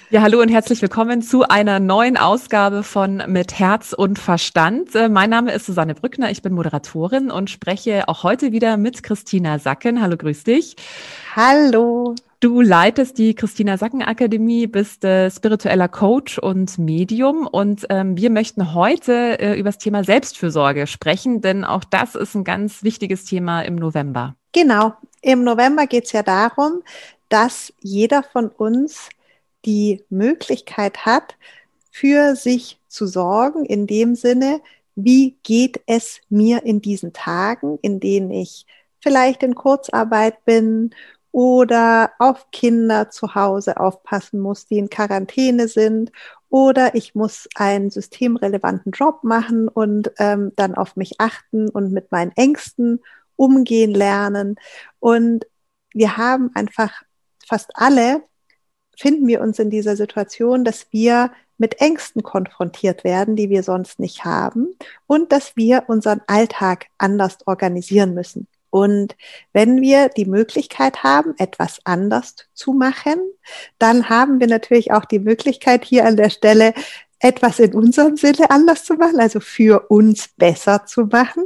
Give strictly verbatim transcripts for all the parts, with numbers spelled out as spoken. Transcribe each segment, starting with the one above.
Ja, hallo und herzlich willkommen zu einer neuen Ausgabe von Mit Herz und Verstand. Äh, Mein Name ist Susanne Brückner, ich bin Moderatorin und spreche auch heute wieder mit Christina Sacken. Hallo, grüß dich. Hallo. Du leitest die Christina Sacken Akademie, bist äh, spiritueller Coach und Medium und ähm, wir möchten heute äh, über das Thema Selbstfürsorge sprechen, denn auch das ist ein ganz wichtiges Thema im November. Genau, im November geht es ja darum, dass jeder von uns die Möglichkeit hat, für sich zu sorgen, in dem Sinne, wie geht es mir in diesen Tagen, in denen ich vielleicht in Kurzarbeit bin oder auf Kinder zu Hause aufpassen muss, die in Quarantäne sind, oder ich muss einen systemrelevanten Job machen und ähm, dann auf mich achten und mit meinen Ängsten umgehen lernen. Und wir haben einfach fast alle, finden wir uns in dieser Situation, dass wir mit Ängsten konfrontiert werden, die wir sonst nicht haben, und dass wir unseren Alltag anders organisieren müssen. Und wenn wir die Möglichkeit haben, etwas anders zu machen, dann haben wir natürlich auch die Möglichkeit, hier an der Stelle etwas in unserem Sinne anders zu machen, also für uns besser zu machen.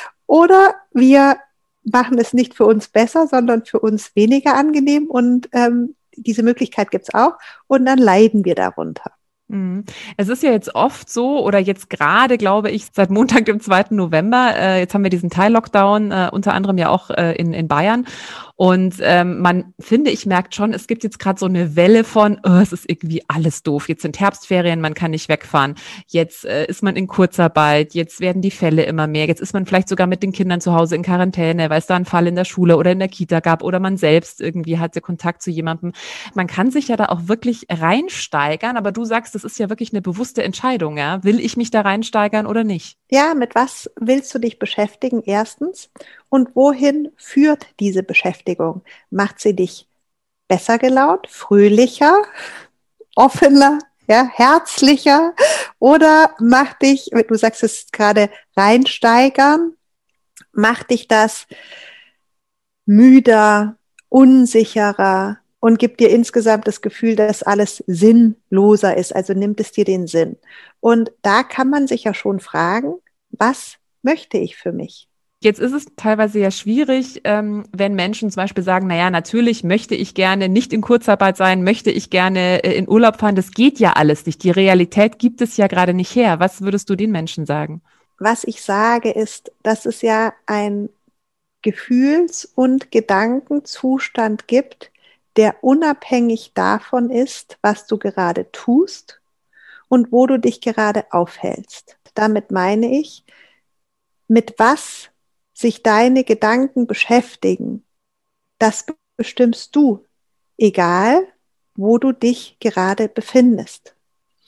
Oder wir machen es nicht für uns besser, sondern für uns weniger angenehm, und ähm, diese Möglichkeit gibt es auch, und dann leiden wir darunter. Mhm. Es ist ja jetzt oft so, oder jetzt gerade, glaube ich, seit Montag, dem zweiten November, äh, jetzt haben wir diesen Teil-Lockdown, äh, unter anderem ja auch äh, in, in Bayern. Und ähm, man, finde ich, merkt schon, es gibt jetzt gerade so eine Welle von, oh, es ist irgendwie alles doof. Jetzt sind Herbstferien, man kann nicht wegfahren. Jetzt äh, ist man in Kurzarbeit, jetzt werden die Fälle immer mehr. Jetzt ist man vielleicht sogar mit den Kindern zu Hause in Quarantäne, weil es da einen Fall in der Schule oder in der Kita gab oder man selbst irgendwie hatte Kontakt zu jemandem. Man kann sich ja da auch wirklich reinsteigern, aber du sagst, das ist ja wirklich eine bewusste Entscheidung, ja? Will ich mich da reinsteigern oder nicht? Ja, mit was willst du dich beschäftigen, erstens? Und wohin führt diese Beschäftigung? Macht sie dich besser gelaunt, fröhlicher, offener, ja, herzlicher? Oder macht dich, du sagst es gerade, reinsteigern, macht dich das müder, unsicherer und gibt dir insgesamt das Gefühl, dass alles sinnloser ist, also nimmt es dir den Sinn. Und da kann man sich ja schon fragen, was möchte ich für mich? Jetzt ist es teilweise ja schwierig, ähm, wenn Menschen zum Beispiel sagen, naja, natürlich möchte ich gerne nicht in Kurzarbeit sein, möchte ich gerne äh, in Urlaub fahren. Das geht ja alles nicht. Die Realität gibt es ja gerade nicht her. Was würdest du den Menschen sagen? Was ich sage ist, dass es ja ein Gefühls- und Gedankenzustand gibt, der unabhängig davon ist, was du gerade tust und wo du dich gerade aufhältst. Damit meine ich, mit was sich deine Gedanken beschäftigen, das bestimmst du, egal wo du dich gerade befindest.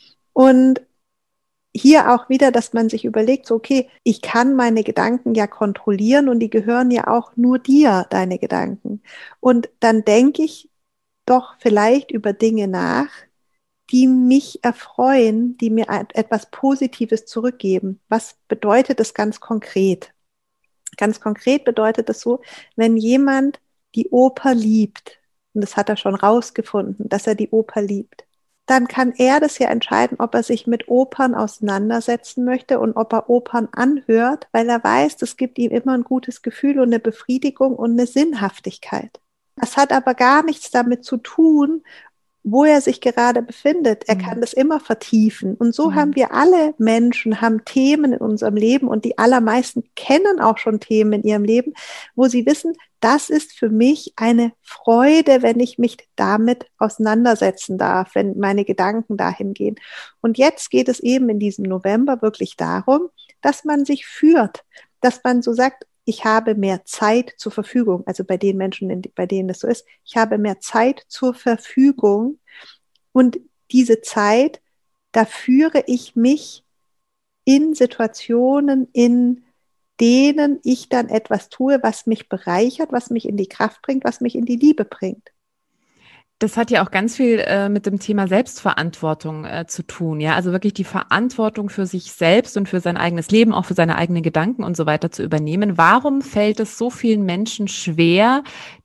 Und hier auch wieder, dass man sich überlegt, so, okay, ich kann meine Gedanken ja kontrollieren und die gehören ja auch nur dir, deine Gedanken. Und dann denke ich doch vielleicht über Dinge nach, die mich erfreuen, die mir etwas Positives zurückgeben. Was bedeutet das ganz konkret? Ganz konkret bedeutet das so, wenn jemand die Oper liebt, und das hat er schon rausgefunden, dass er die Oper liebt, dann kann er das ja entscheiden, ob er sich mit Opern auseinandersetzen möchte und ob er Opern anhört, weil er weiß, das gibt ihm immer ein gutes Gefühl und eine Befriedigung und eine Sinnhaftigkeit. Das hat aber gar nichts damit zu tun, wo er sich gerade befindet. Er Mhm. kann das immer vertiefen. Und so haben Mhm. wir alle Menschen, haben Themen in unserem Leben, und die allermeisten kennen auch schon Themen in ihrem Leben, wo sie wissen, das ist für mich eine Freude, wenn ich mich damit auseinandersetzen darf, wenn meine Gedanken dahin gehen. Und jetzt geht es eben in diesem November wirklich darum, dass man sich führt, dass man so sagt, ich habe mehr Zeit zur Verfügung, also bei den Menschen, bei denen das so ist, ich habe mehr Zeit zur Verfügung, und diese Zeit, da führe ich mich in Situationen, in denen ich dann etwas tue, was mich bereichert, was mich in die Kraft bringt, was mich in die Liebe bringt. Das hat ja auch ganz viel äh, mit dem Thema Selbstverantwortung äh, zu tun, ja. Also wirklich die Verantwortung für sich selbst und für sein eigenes Leben, auch für seine eigenen Gedanken und so weiter zu übernehmen. Warum fällt es so vielen Menschen schwer,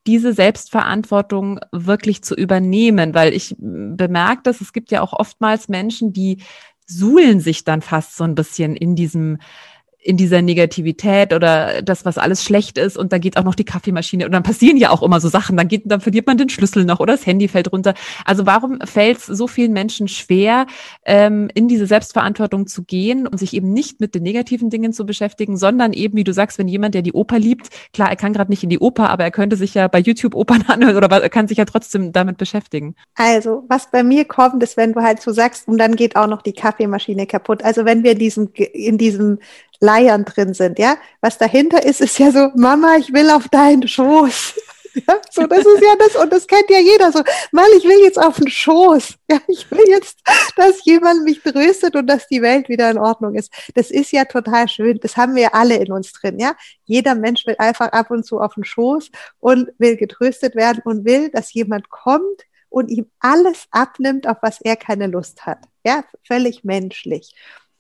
diese Selbstverantwortung wirklich zu übernehmen, weil ich bemerke, dass es gibt ja auch oftmals Menschen, die suhlen sich dann fast so ein bisschen in diesem in dieser Negativität oder das, was alles schlecht ist, und da geht auch noch die Kaffeemaschine und dann passieren ja auch immer so Sachen, dann geht, dann verliert man den Schlüssel noch oder das Handy fällt runter. Also warum fällt es so vielen Menschen schwer, ähm, in diese Selbstverantwortung zu gehen und sich eben nicht mit den negativen Dingen zu beschäftigen, sondern eben, wie du sagst, wenn jemand, der die Oper liebt, klar, er kann gerade nicht in die Oper, aber er könnte sich ja bei YouTube Opern anhören oder er kann sich ja trotzdem damit beschäftigen. Also, was bei mir kommt, ist, wenn du halt so sagst, und dann geht auch noch die Kaffeemaschine kaputt. Also, wenn wir in diesem, in diesem Leiern drin sind, ja, was dahinter ist, ist ja so, Mama, ich will auf deinen Schoß. Ja, so, das ist ja das, und das kennt ja jeder so, Mann, ich will jetzt auf den Schoß. Ja, ich will jetzt, dass jemand mich tröstet und dass die Welt wieder in Ordnung ist. Das ist ja total schön. Das haben wir alle in uns drin, ja. Jeder Mensch will einfach ab und zu auf den Schoß und will getröstet werden und will, dass jemand kommt und ihm alles abnimmt, auf was er keine Lust hat. Ja, völlig menschlich.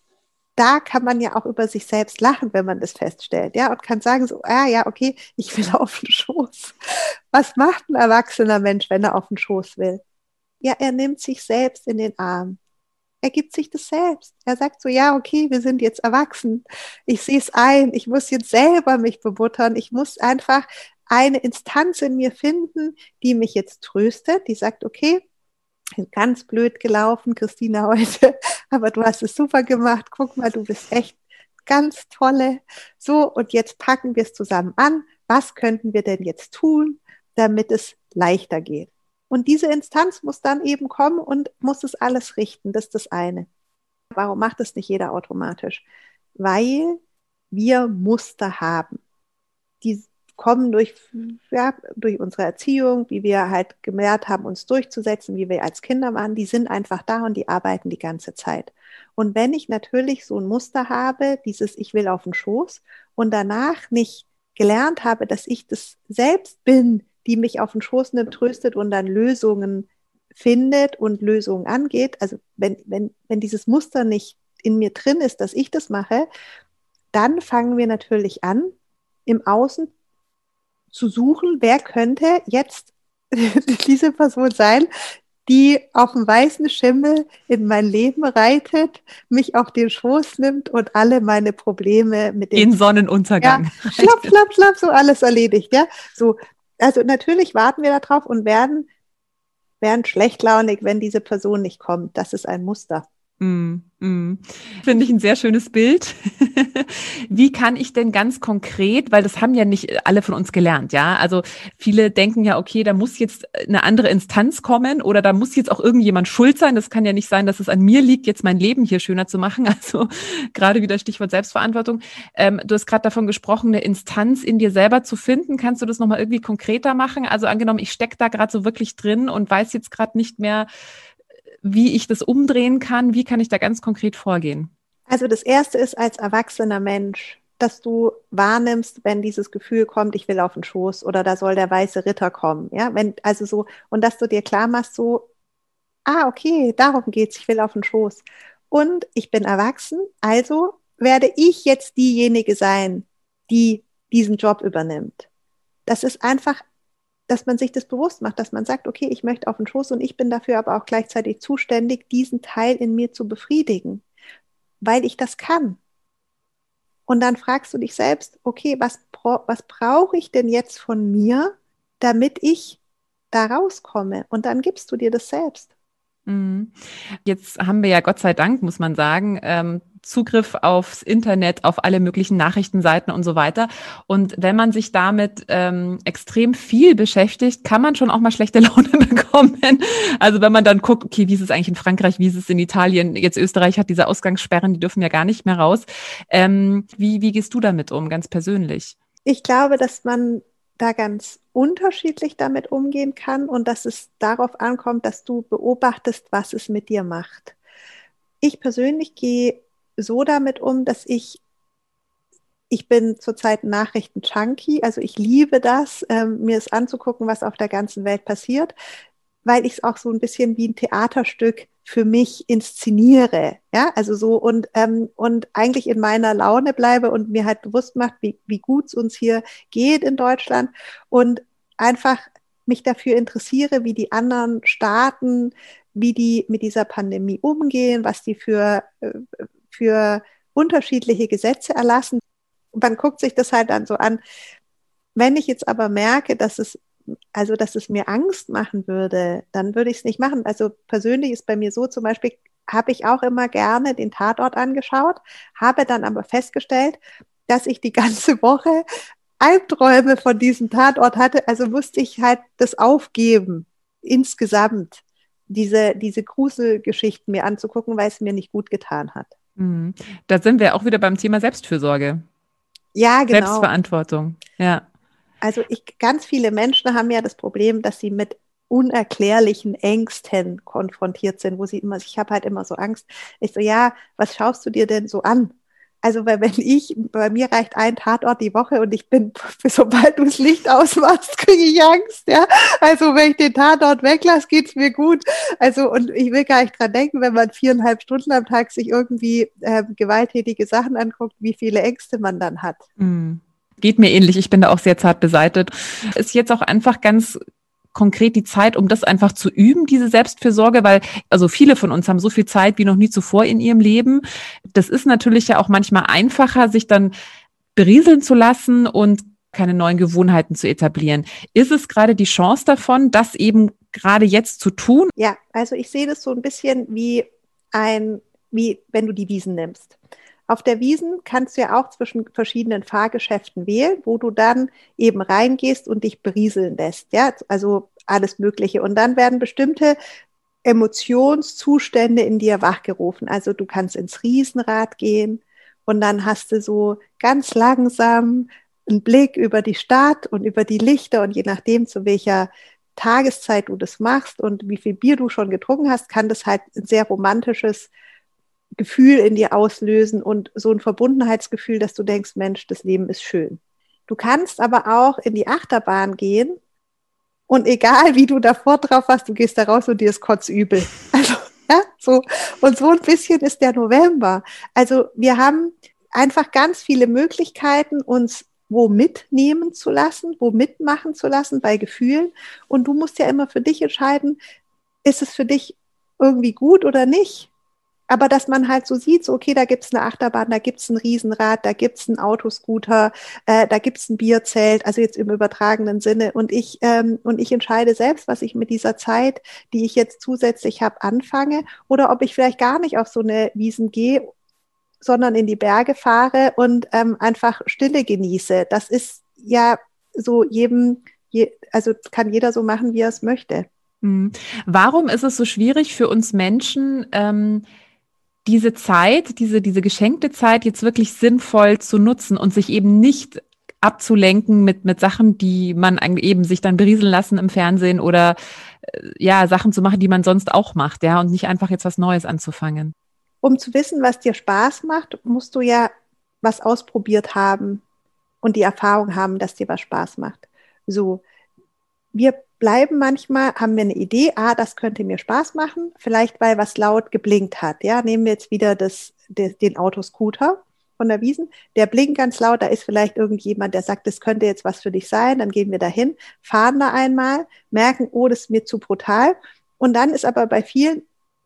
Da kann man ja auch über sich selbst lachen, wenn man das feststellt, ja, und kann sagen so, ah ja, okay, ich will auf den Schoß. Was macht ein erwachsener Mensch, wenn er auf den Schoß will? Ja, er nimmt sich selbst in den Arm. Er gibt sich das selbst. Er sagt so, ja, okay, wir sind jetzt erwachsen. Ich sehe es ein. Ich muss jetzt selber mich bebuttern. Ich muss einfach eine Instanz in mir finden, die mich jetzt tröstet, die sagt, okay, ganz blöd gelaufen, Christina, heute, aber du hast es super gemacht. Guck mal, du bist echt ganz tolle. So, und jetzt packen wir es zusammen an. Was könnten wir denn jetzt tun, damit es leichter geht? Und diese Instanz muss dann eben kommen und muss es alles richten. Das ist das eine. Warum macht es nicht jeder automatisch? Weil wir Muster haben. Die kommen durch, ja, durch unsere Erziehung, wie wir halt gelernt haben, uns durchzusetzen, wie wir als Kinder waren, die sind einfach da und die arbeiten die ganze Zeit. Und wenn ich natürlich so ein Muster habe, dieses ich will auf den Schoß, und danach nicht gelernt habe, dass ich das selbst bin, die mich auf den Schoß nimmt, tröstet und dann Lösungen findet und Lösungen angeht, also wenn, wenn, wenn dieses Muster nicht in mir drin ist, dass ich das mache, dann fangen wir natürlich an, im Außen zu suchen, wer könnte jetzt diese Person sein, die auf dem weißen Schimmel in mein Leben reitet, mich auf den Schoß nimmt und alle meine Probleme mit dem den Sonnenuntergang. Ja, schlapp, schlapp, schlapp, so alles erledigt, ja. So, also natürlich warten wir darauf und werden, werden schlechtlaunig, wenn diese Person nicht kommt. Das ist ein Muster. Mm, mm. Finde ich ein sehr schönes Bild. Wie kann ich denn ganz konkret, weil das haben ja nicht alle von uns gelernt, ja, also viele denken ja, okay, da muss jetzt eine andere Instanz kommen oder da muss jetzt auch irgendjemand schuld sein, das kann ja nicht sein, dass es an mir liegt, jetzt mein Leben hier schöner zu machen, also gerade wieder Stichwort Selbstverantwortung. Ähm, du hast gerade davon gesprochen, eine Instanz in dir selber zu finden, kannst du das nochmal irgendwie konkreter machen? Also angenommen, ich stecke da gerade so wirklich drin und weiß jetzt gerade nicht mehr, wie ich das umdrehen kann, wie kann ich da ganz konkret vorgehen? Also das Erste ist als erwachsener Mensch, dass du wahrnimmst, wenn dieses Gefühl kommt, ich will auf den Schoß oder da soll der weiße Ritter kommen, ja, wenn, also so, und dass du dir klar machst, so, ah, okay, darum geht's, ich will auf den Schoß. Und ich bin erwachsen, also werde ich jetzt diejenige sein, die diesen Job übernimmt. Das ist einfach, dass man sich das bewusst macht, dass man sagt, okay, ich möchte auf den Schoß und ich bin dafür aber auch gleichzeitig zuständig, diesen Teil in mir zu befriedigen, weil ich das kann. Und dann fragst du dich selbst, okay, was, was brauche ich denn jetzt von mir, damit ich da rauskomme? Und dann gibst du dir das selbst. Jetzt haben wir ja Gott sei Dank, muss man sagen, ähm, Zugriff aufs Internet, auf alle möglichen Nachrichtenseiten und so weiter. Und wenn man sich damit ähm, extrem viel beschäftigt, kann man schon auch mal schlechte Laune bekommen. Also wenn man dann guckt, okay, wie ist es eigentlich in Frankreich, wie ist es in Italien, jetzt Österreich hat diese Ausgangssperren, die dürfen ja gar nicht mehr raus. Ähm, wie, wie gehst du damit um, ganz persönlich? Ich glaube, dass man da ganz unterschiedlich damit umgehen kann und dass es darauf ankommt, dass du beobachtest, was es mit dir macht. Ich persönlich gehe so damit um, dass ich, ich bin zurzeit Nachrichten-Junkie, also ich liebe das, ähm, mir es anzugucken, was auf der ganzen Welt passiert, weil ich es auch so ein bisschen wie ein Theaterstück für mich inszeniere, ja, also so und ähm, und eigentlich in meiner Laune bleibe und mir halt bewusst macht, wie wie gut es uns hier geht in Deutschland und einfach mich dafür interessiere, wie die anderen Staaten, wie die mit dieser Pandemie umgehen, was die für, für unterschiedliche Gesetze erlassen. Und man guckt sich das halt dann so an. Wenn ich jetzt aber merke, dass es, also dass es mir Angst machen würde, dann würde ich es nicht machen. Also persönlich ist bei mir so, zum Beispiel habe ich auch immer gerne den Tatort angeschaut, habe dann aber festgestellt, dass ich die ganze Woche Albträume von diesem Tatort hatte. Also musste ich halt das aufgeben, insgesamt diese, diese Gruselgeschichten mir anzugucken, weil es mir nicht gut getan hat. Mhm. Da sind wir auch wieder beim Thema Selbstfürsorge. Ja, genau. Selbstverantwortung, ja. Also ich, ganz viele Menschen haben ja das Problem, dass sie mit unerklärlichen Ängsten konfrontiert sind, wo sie immer, ich habe halt immer so Angst. Ich so, ja, was schaust du dir denn so an? Also, weil wenn ich, bei mir reicht ein Tatort die Woche und ich bin, sobald du das Licht ausmachst, kriege ich Angst, ja. Also, wenn ich den Tatort weglasse, geht's mir gut. Also, und ich will gar nicht dran denken, wenn man viereinhalb Stunden am Tag sich irgendwie äh, gewalttätige Sachen anguckt, wie viele Ängste man dann hat. Mhm. Geht mir ähnlich. Ich bin da auch sehr zart beseitet. Ist jetzt auch einfach ganz konkret die Zeit, um das einfach zu üben, diese Selbstfürsorge, weil also viele von uns haben so viel Zeit wie noch nie zuvor in ihrem Leben. Das ist natürlich ja auch manchmal einfacher, sich dann berieseln zu lassen und keine neuen Gewohnheiten zu etablieren. Ist es gerade die Chance davon, das eben gerade jetzt zu tun? Ja, also ich sehe das so ein bisschen wie ein, wie wenn du die Wiesn nimmst. Auf der Wiesn kannst du ja auch zwischen verschiedenen Fahrgeschäften wählen, wo du dann eben reingehst und dich berieseln lässt, ja, also alles Mögliche. Und dann werden bestimmte Emotionszustände in dir wachgerufen. Also du kannst ins Riesenrad gehen und dann hast du so ganz langsam einen Blick über die Stadt und über die Lichter und je nachdem, zu welcher Tageszeit du das machst und wie viel Bier du schon getrunken hast, kann das halt ein sehr romantisches Gefühl in dir auslösen und so ein Verbundenheitsgefühl, dass du denkst, Mensch, das Leben ist schön. Du kannst aber auch in die Achterbahn gehen und egal, wie du davor drauf warst, du gehst da raus und dir ist kotzübel. Also, ja, so. Und so ein bisschen ist der November. Also, wir haben einfach ganz viele Möglichkeiten, uns wo mitnehmen zu lassen, wo mitmachen zu lassen bei Gefühlen. Und du musst ja immer für dich entscheiden, ist es für dich irgendwie gut oder nicht? Aber dass man halt so sieht, so okay, da gibt's eine Achterbahn, da gibt's ein Riesenrad, da gibt's einen Autoscooter, äh, da gibt's ein Bierzelt, also jetzt im übertragenen Sinne. Und ich, ähm, und ich entscheide selbst, was ich mit dieser Zeit, die ich jetzt zusätzlich habe, anfange. Oder ob ich vielleicht gar nicht auf so eine Wiesn gehe, sondern in die Berge fahre und ähm, einfach Stille genieße. Das ist ja so jedem, je, also kann jeder so machen, wie er es möchte. Mhm. Warum ist es so schwierig für uns Menschen, ähm, diese Zeit, diese, diese geschenkte Zeit jetzt wirklich sinnvoll zu nutzen und sich eben nicht abzulenken mit, mit Sachen, die man eben sich dann berieseln lassen im Fernsehen oder äh, ja, Sachen zu machen, die man sonst auch macht, ja, und nicht einfach jetzt was Neues anzufangen. Um zu wissen, was dir Spaß macht, musst du ja was ausprobiert haben und die Erfahrung haben, dass dir was Spaß macht. So, wir bleiben manchmal, haben wir eine Idee, ah, das könnte mir Spaß machen, vielleicht weil was laut geblinkt hat. Ja, nehmen wir jetzt wieder das, das, den Autoscooter von der Wiesn, der blinkt ganz laut, da ist vielleicht irgendjemand, der sagt, das könnte jetzt was für dich sein, dann gehen wir dahin, fahren da einmal, merken, oh, das ist mir zu brutal. Und dann ist aber bei vielen,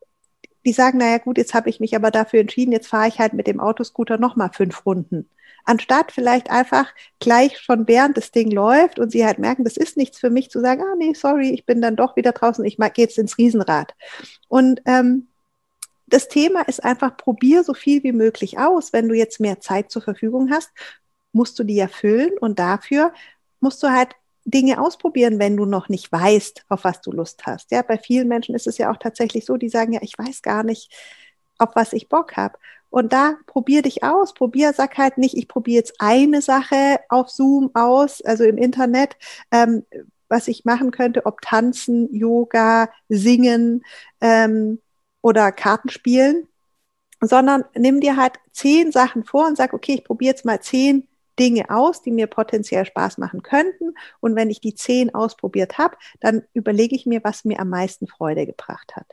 die sagen, naja gut, jetzt habe ich mich aber dafür entschieden, jetzt fahre ich halt mit dem Autoscooter nochmal fünf Runden. Anstatt vielleicht einfach gleich schon während das Ding läuft und sie halt merken, das ist nichts für mich, zu sagen, ah nee, sorry, ich bin dann doch wieder draußen, ich gehe jetzt ins Riesenrad. Und ähm, das Thema ist einfach, probier so viel wie möglich aus. Wenn du jetzt mehr Zeit zur Verfügung hast, musst du die erfüllen und dafür musst du halt Dinge ausprobieren, wenn du noch nicht weißt, auf was du Lust hast. Ja, bei vielen Menschen ist es ja auch tatsächlich so, die sagen ja, ich weiß gar nicht, auf was ich Bock habe. Und da probier dich aus, probier, sag halt nicht, ich probiere jetzt eine Sache auf Zoom aus, also im Internet, ähm, was ich machen könnte, ob tanzen, Yoga, singen ähm, oder Kartenspielen, sondern nimm dir halt zehn Sachen vor und sag, okay, ich probiere jetzt mal zehn Dinge aus, die mir potenziell Spaß machen könnten. Und wenn ich die zehn ausprobiert habe, dann überlege ich mir, was mir am meisten Freude gebracht hat.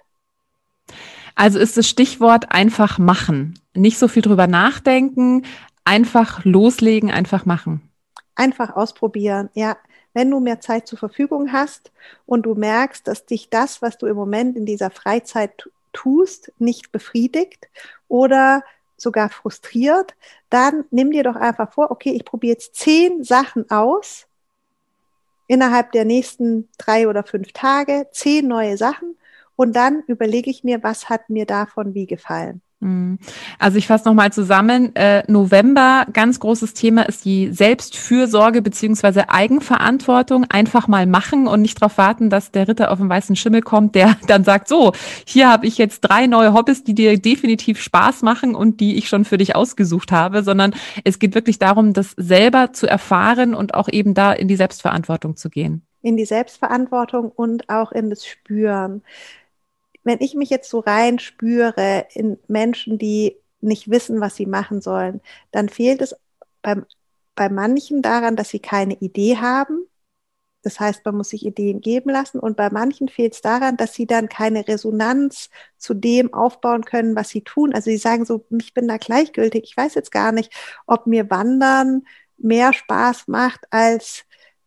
Also ist das Stichwort einfach machen. Nicht so viel drüber nachdenken, einfach loslegen, einfach machen. Einfach ausprobieren, ja. wenn du mehr Zeit zur Verfügung hast und du merkst, dass dich das, was du im Moment in dieser Freizeit tust, nicht befriedigt oder sogar frustriert, dann nimm dir doch einfach vor, okay, ich probiere jetzt zehn Sachen aus innerhalb der nächsten drei oder fünf Tage, zehn neue Sachen und dann überlege ich mir, was hat mir davon wie gefallen. Also ich fasse nochmal zusammen. Äh, November, ganz großes Thema ist die Selbstfürsorge beziehungsweise Eigenverantwortung. Einfach mal machen und nicht darauf warten, dass der Ritter auf dem weißen Schimmel kommt, der dann sagt, so, hier habe ich jetzt drei neue Hobbys, die dir definitiv Spaß machen und die ich schon für dich ausgesucht habe, sondern es geht wirklich darum, das selber zu erfahren und auch eben da in die Selbstverantwortung zu gehen. In die Selbstverantwortung und auch in das Spüren. Wenn ich mich jetzt so rein spüre in Menschen, die nicht wissen, was sie machen sollen, dann fehlt es beim, bei manchen daran, dass sie keine Idee haben. Das heißt, man muss sich Ideen geben lassen. Und bei manchen fehlt es daran, dass sie dann keine Resonanz zu dem aufbauen können, was sie tun. Also sie sagen so, ich bin da gleichgültig. Ich weiß jetzt gar nicht, ob mir Wandern mehr Spaß macht als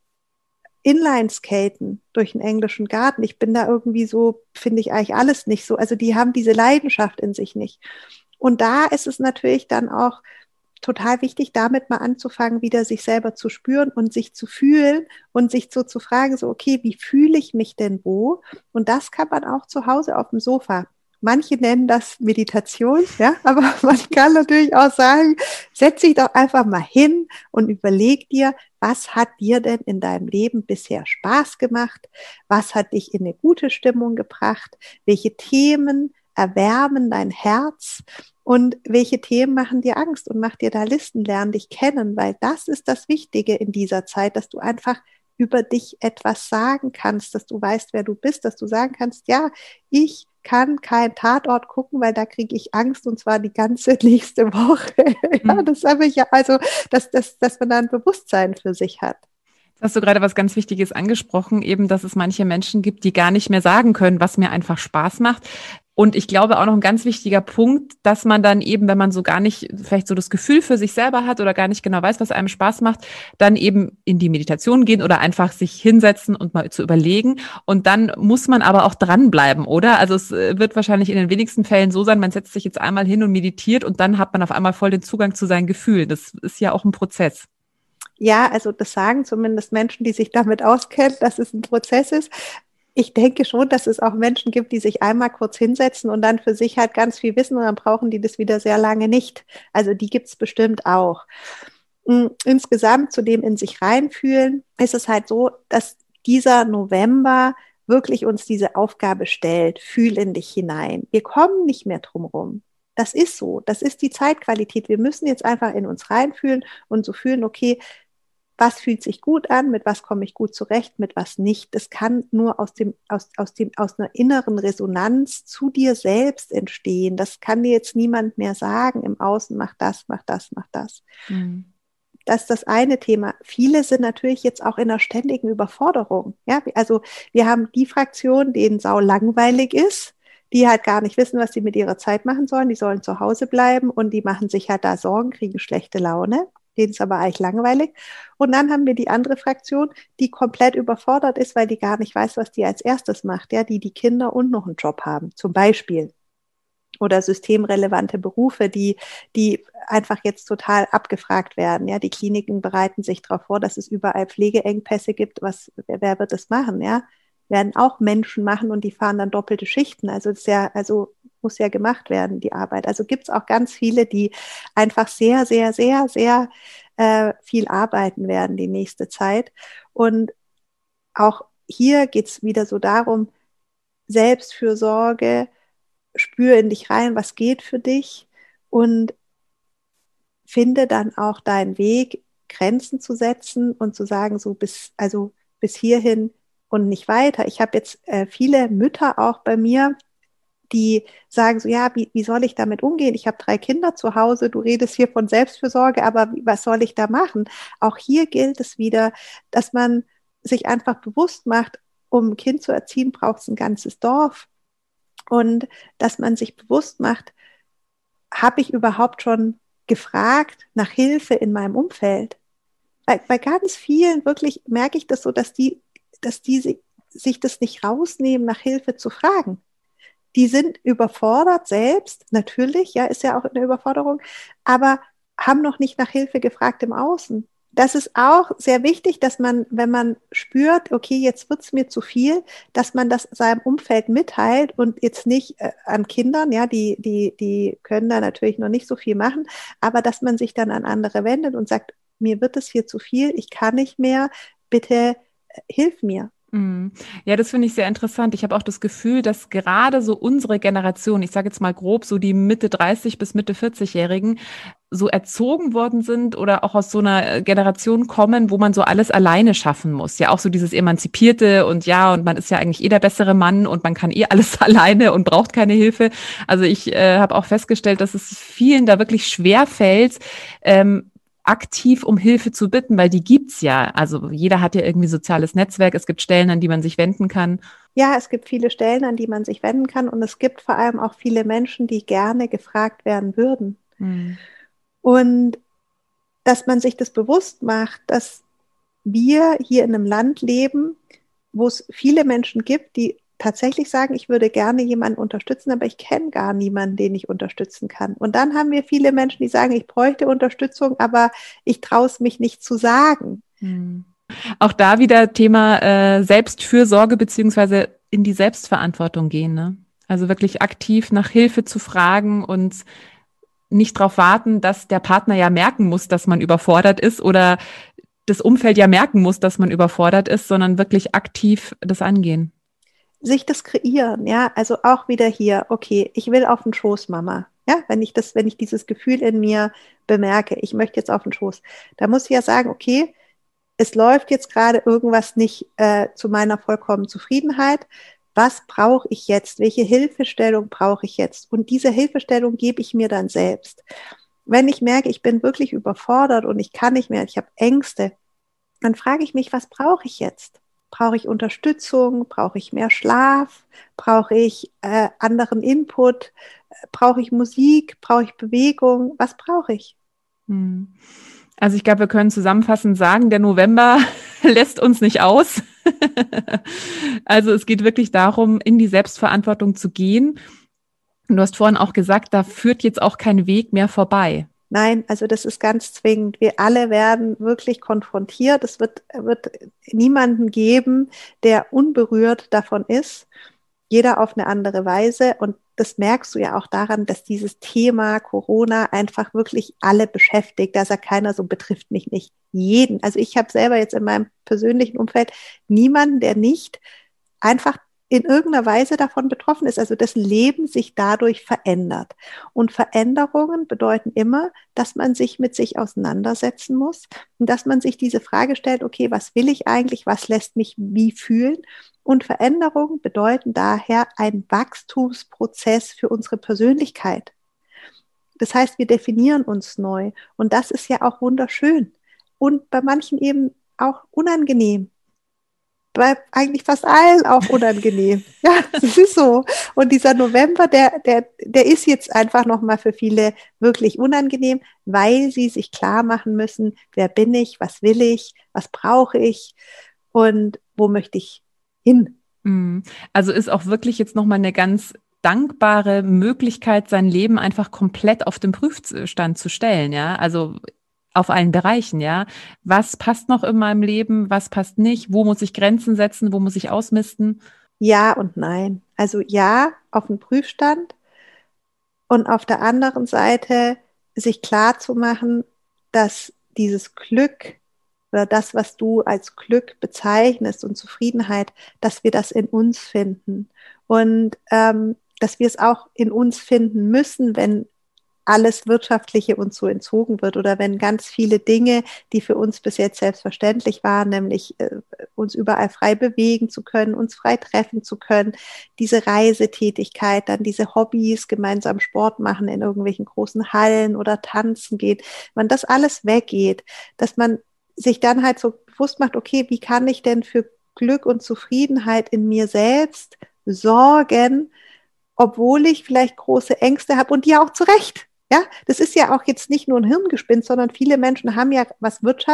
Inlineskaten durch den englischen Garten. Ich bin da irgendwie so, finde ich eigentlich alles nicht so. Also die haben diese Leidenschaft in sich nicht. Und da ist es natürlich dann auch total wichtig, damit mal anzufangen, wieder sich selber zu spüren und sich zu fühlen und sich so zu fragen, so, okay, wie fühle ich mich denn wo? Und das kann man auch zu Hause auf dem Sofa. Manche nennen das Meditation, ja, aber man kann natürlich auch sagen, setz dich doch einfach mal hin und überleg dir, was hat dir denn in deinem Leben bisher Spaß gemacht? Was hat dich in eine gute Stimmung gebracht? Welche Themen erwärmen dein Herz? Und welche Themen machen dir Angst? Und mach dir da Listen, lern dich kennen, weil das ist das Wichtige in dieser Zeit, dass du einfach über dich etwas sagen kannst, dass du weißt, wer du bist, dass du sagen kannst, ja, ich kann keinen Tatort gucken, weil da kriege ich Angst und zwar die ganze nächste Woche. Ja, das habe ich ja, also, dass, dass, dass man da ein Bewusstsein für sich hat. Hast du gerade was ganz Wichtiges angesprochen, eben, dass es manche Menschen gibt, die gar nicht mehr sagen können, was mir einfach Spaß macht. Und ich glaube auch noch ein ganz wichtiger Punkt, dass man dann eben, wenn man so gar nicht vielleicht so das Gefühl für sich selber hat oder gar nicht genau weiß, was einem Spaß macht, dann eben in die Meditation gehen oder einfach sich hinsetzen und mal zu überlegen. Und dann muss man aber auch dranbleiben, oder? Also es wird wahrscheinlich in den wenigsten Fällen so sein, man setzt sich jetzt einmal hin und meditiert und dann hat man auf einmal voll den Zugang zu seinen Gefühlen. Das ist ja auch ein Prozess. Ja, also das sagen zumindest Menschen, die sich damit auskennen, dass es ein Prozess ist. Ich denke schon, dass es auch Menschen gibt, die sich einmal kurz hinsetzen und dann für sich halt ganz viel wissen und dann brauchen die das wieder sehr lange nicht. Also die gibt es bestimmt auch. Insgesamt zu dem in sich reinfühlen ist es halt so, dass dieser November wirklich uns diese Aufgabe stellt. Fühl in dich hinein. Wir kommen nicht mehr drum rum. Das ist so. Das ist die Zeitqualität. Wir müssen jetzt einfach in uns reinfühlen und so fühlen, okay, was fühlt sich gut an, mit was komme ich gut zurecht, mit was nicht. Das kann nur aus dem, aus, aus dem, aus einer inneren Resonanz zu dir selbst entstehen. Das kann dir jetzt niemand mehr sagen im Außen, mach das, mach das, mach das. Mhm. Das ist das eine Thema. Viele sind natürlich jetzt auch in einer ständigen Überforderung. Ja, also wir haben die Fraktion, denen sau langweilig ist, die halt gar nicht wissen, was sie mit ihrer Zeit machen sollen. Die sollen zu Hause bleiben und die machen sich halt da Sorgen, kriegen schlechte Laune. Denen ist aber eigentlich langweilig. Und dann haben wir die andere Fraktion, die komplett überfordert ist, weil die gar nicht weiß, was die als erstes macht. Ja, die die Kinder und noch einen Job haben, zum Beispiel. Oder systemrelevante Berufe, die, die einfach jetzt total abgefragt werden. Ja, die Kliniken bereiten sich darauf vor, dass es überall Pflegeengpässe gibt. Was, wer wird das machen? Ja, werden auch Menschen machen und die fahren dann doppelte Schichten. Also es ist ja, also muss ja gemacht werden, die Arbeit. Also gibt es auch ganz viele, die einfach sehr, sehr, sehr, sehr äh, viel arbeiten werden die nächste Zeit. Und auch hier geht es wieder so darum, Selbstfürsorge, spür in dich rein, was geht für dich und finde dann auch deinen Weg, Grenzen zu setzen und zu sagen, so bis, also bis hierhin und nicht weiter. Ich habe jetzt äh, viele Mütter auch bei mir, die sagen so, ja, wie, wie soll ich damit umgehen? Ich habe drei Kinder zu Hause, du redest hier von Selbstfürsorge, aber was soll ich da machen? Auch hier gilt es wieder, dass man sich einfach bewusst macht, um ein Kind zu erziehen, braucht es ein ganzes Dorf. Und dass man sich bewusst macht, habe ich überhaupt schon gefragt nach Hilfe in meinem Umfeld? bei, bei ganz vielen wirklich merke ich das so, dass die, dass die si- sich das nicht rausnehmen, nach Hilfe zu fragen. Die sind überfordert selbst, natürlich, ja, ist ja auch eine Überforderung, aber haben noch nicht nach Hilfe gefragt im Außen. Das ist auch sehr wichtig, dass man, wenn man spürt, okay, jetzt wird's mir zu viel, dass man das seinem Umfeld mitteilt und jetzt nicht äh, an Kindern, ja, die, die, die können da natürlich noch nicht so viel machen, aber dass man sich dann an andere wendet und sagt, mir wird es hier zu viel, ich kann nicht mehr, bitte äh, hilf mir. Mm. Ja, das finde ich sehr interessant. Ich habe auch das Gefühl, dass gerade so unsere Generation, ich sage jetzt mal grob, so die Mitte dreißig bis Mitte vierzig-Jährigen, so erzogen worden sind oder auch aus so einer Generation kommen, wo man so alles alleine schaffen muss. Ja, auch so dieses Emanzipierte und ja, und man ist ja eigentlich eh der bessere Mann und man kann eh alles alleine und braucht keine Hilfe. Also ich äh, habe auch festgestellt, dass es vielen da wirklich schwer fällt, ähm, aktiv um Hilfe zu bitten, weil die gibt's ja. Also jeder hat ja irgendwie soziales Netzwerk, es gibt Stellen, an die man sich wenden kann. Ja, es gibt viele Stellen, an die man sich wenden kann und es gibt vor allem auch viele Menschen, die gerne gefragt werden würden. Hm. Und dass man sich das bewusst macht, dass wir hier in einem Land leben, wo es viele Menschen gibt, die tatsächlich sagen, ich würde gerne jemanden unterstützen, aber ich kenne gar niemanden, den ich unterstützen kann. Und dann haben wir viele Menschen, die sagen, ich bräuchte Unterstützung, aber ich traue es mich nicht zu sagen. Hm. Auch da wieder Thema äh, Selbstfürsorge beziehungsweise in die Selbstverantwortung gehen, ne? Also wirklich aktiv nach Hilfe zu fragen und nicht darauf warten, dass der Partner ja merken muss, dass man überfordert ist oder das Umfeld ja merken muss, dass man überfordert ist, sondern wirklich aktiv das angehen. Sich das kreieren, ja, also auch wieder hier, okay, ich will auf den Schoß, Mama. Ja, wenn ich das, wenn ich dieses Gefühl in mir bemerke, ich möchte jetzt auf den Schoß, da muss ich ja sagen, okay, es läuft jetzt gerade irgendwas nicht äh, zu meiner vollkommenen Zufriedenheit. Was brauche ich jetzt? Welche Hilfestellung brauche ich jetzt? Und diese Hilfestellung gebe ich mir dann selbst. Wenn ich merke, ich bin wirklich überfordert und ich kann nicht mehr, ich habe Ängste, dann frage ich mich, was brauche ich jetzt? Brauche ich Unterstützung? Brauche ich mehr Schlaf? Brauche ich äh, anderen Input? Brauche ich Musik? Brauche ich Bewegung? Was brauche ich? Hm. Also ich glaube, wir können zusammenfassend sagen, der November lässt uns nicht aus. Also es geht wirklich darum, in die Selbstverantwortung zu gehen. Und du hast vorhin auch gesagt, da führt jetzt auch kein Weg mehr vorbei. Nein, also das ist ganz zwingend. Wir alle werden wirklich konfrontiert. Es wird, wird niemanden geben, der unberührt davon ist. Jeder auf eine andere Weise. Und das merkst du ja auch daran, dass dieses Thema Corona einfach wirklich alle beschäftigt. Da sagt keiner so, betrifft mich nicht. Jeden. Also ich habe selber jetzt in meinem persönlichen Umfeld niemanden, der nicht einfach in irgendeiner Weise davon betroffen ist, also dessen Leben sich dadurch verändert. Und Veränderungen bedeuten immer, dass man sich mit sich auseinandersetzen muss und dass man sich diese Frage stellt, okay, was will ich eigentlich, was lässt mich wie fühlen? Und Veränderungen bedeuten daher ein Wachstumsprozess für unsere Persönlichkeit. Das heißt, wir definieren uns neu und das ist ja auch wunderschön und bei manchen eben auch unangenehm. Bei eigentlich fast allen auch unangenehm. Ja, das ist so. Und dieser November, der, der, der ist jetzt einfach nochmal für viele wirklich unangenehm, weil sie sich klar machen müssen, wer bin ich, was will ich, was brauche ich und wo möchte ich hin. Also ist auch wirklich jetzt nochmal eine ganz dankbare Möglichkeit, sein Leben einfach komplett auf den Prüfstand zu stellen, ja. Also auf allen Bereichen, ja. Was passt noch in meinem Leben, was passt nicht, wo muss ich Grenzen setzen, wo muss ich ausmisten? Ja und nein. Also ja, auf den Prüfstand und auf der anderen Seite sich klar zu machen, dass dieses Glück oder das, was du als Glück bezeichnest und Zufriedenheit, dass wir das in uns finden und ähm, dass wir es auch in uns finden müssen, wenn alles Wirtschaftliche uns so entzogen wird oder wenn ganz viele Dinge, die für uns bis jetzt selbstverständlich waren, nämlich äh, uns überall frei bewegen zu können, uns frei treffen zu können, diese Reisetätigkeit, dann diese Hobbys, gemeinsam Sport machen in irgendwelchen großen Hallen oder tanzen geht, wenn das alles weggeht, dass man sich dann halt so bewusst macht, okay, wie kann ich denn für Glück und Zufriedenheit in mir selbst sorgen, obwohl ich vielleicht große Ängste habe und die auch zu Recht. Ja, das ist ja auch jetzt nicht nur ein Hirngespinst, sondern viele Menschen haben ja, was Wirtschaft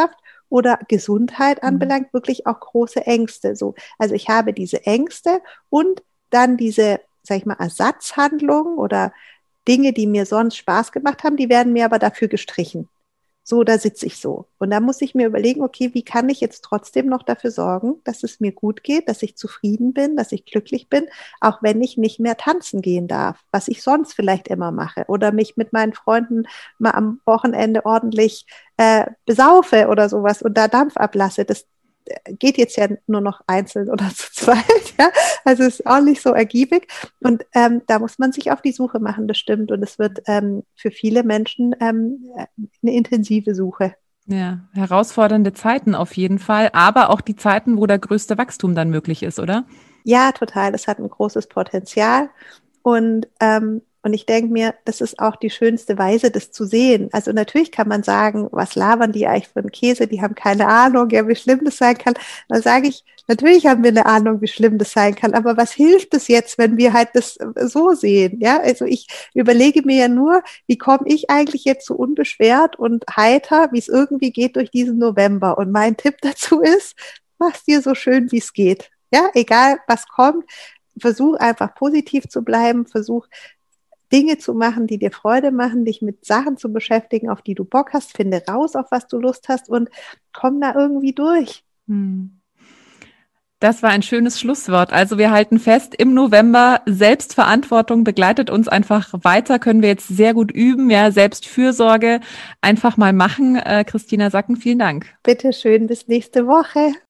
oder Gesundheit anbelangt, mhm. wirklich auch große Ängste. So, also ich habe diese Ängste und dann diese, sag ich mal, Ersatzhandlungen oder Dinge, die mir sonst Spaß gemacht haben, die werden mir aber dafür gestrichen. So, da sitze ich so. Und da muss ich mir überlegen, okay, wie kann ich jetzt trotzdem noch dafür sorgen, dass es mir gut geht, dass ich zufrieden bin, dass ich glücklich bin, auch wenn ich nicht mehr tanzen gehen darf, was ich sonst vielleicht immer mache oder mich mit meinen Freunden mal am Wochenende ordentlich äh, besaufe oder sowas und da Dampf ablasse. Das geht jetzt ja nur noch einzeln oder zu zweit, ja, also ist auch nicht so ergiebig und ähm, da muss man sich auf die Suche machen, das stimmt und es wird ähm, für viele Menschen ähm, eine intensive Suche. Ja, herausfordernde Zeiten auf jeden Fall, aber auch die Zeiten, wo der größte Wachstum dann möglich ist, oder? Ja, total, das hat ein großes Potenzial und ähm, Und ich denke mir, das ist auch die schönste Weise, das zu sehen. Also natürlich kann man sagen, was labern die eigentlich für einen Käse? Die haben keine Ahnung, ja, wie schlimm das sein kann. Dann sage ich, natürlich haben wir eine Ahnung, wie schlimm das sein kann. Aber was hilft es jetzt, wenn wir halt das so sehen? Ja, also ich überlege mir ja nur, wie komme ich eigentlich jetzt so unbeschwert und heiter, wie es irgendwie geht durch diesen November. Und mein Tipp dazu ist, mach's dir so schön, wie es geht. Ja, egal was kommt, versuch einfach positiv zu bleiben, versuch Dinge zu machen, die dir Freude machen, dich mit Sachen zu beschäftigen, auf die du Bock hast, finde raus, auf was du Lust hast und komm da irgendwie durch. Das war ein schönes Schlusswort. Also wir halten fest, im November Selbstverantwortung begleitet uns einfach weiter, können wir jetzt sehr gut üben, ja, Selbstfürsorge einfach mal machen. Äh, Christina Sacken, vielen Dank. Bitte schön, bis nächste Woche.